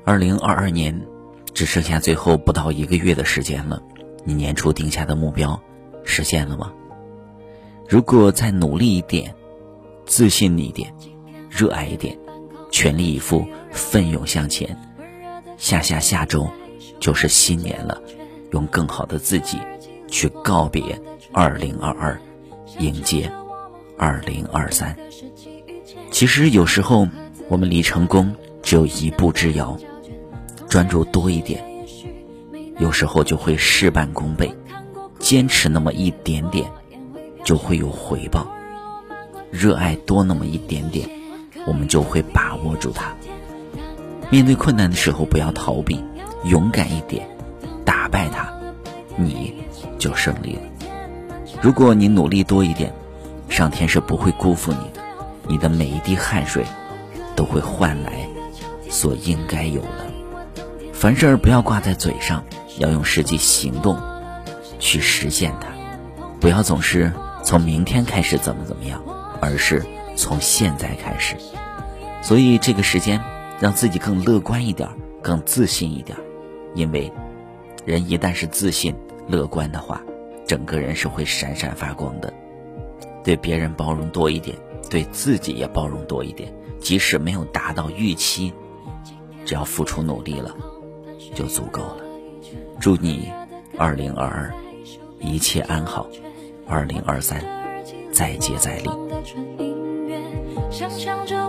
2022年只剩下最后不到1个月的时间了，你年初定下的目标实现了吗？如果再努力一点，自信一点，热爱一点，全力以赴，奋勇向前，下周就是新年了，用更好的自己去告别2022，迎接2023。其实有时候我们离成功只有一步之遥，专注多一点，有时候就会事半功倍，坚持那么一点点就会有回报，热爱多那么一点点，我们就会把握住它。面对困难的时候不要逃避，勇敢一点，打败它，你就胜利了。如果你努力多一点，上天是不会辜负你的，你的每一滴汗水都会换来所应该有的。凡事不要挂在嘴上，要用实际行动去实现它，不要总是从明天开始怎么样，而是从现在开始。所以这个时间让自己更乐观一点，更自信一点，因为人一旦是自信乐观的话，整个人是会闪闪发光的。对别人包容多一点，对自己也包容多一点，即使没有达到预期，只要付出努力了就足够了。祝你2022一切安好，2023再接再厉。想象着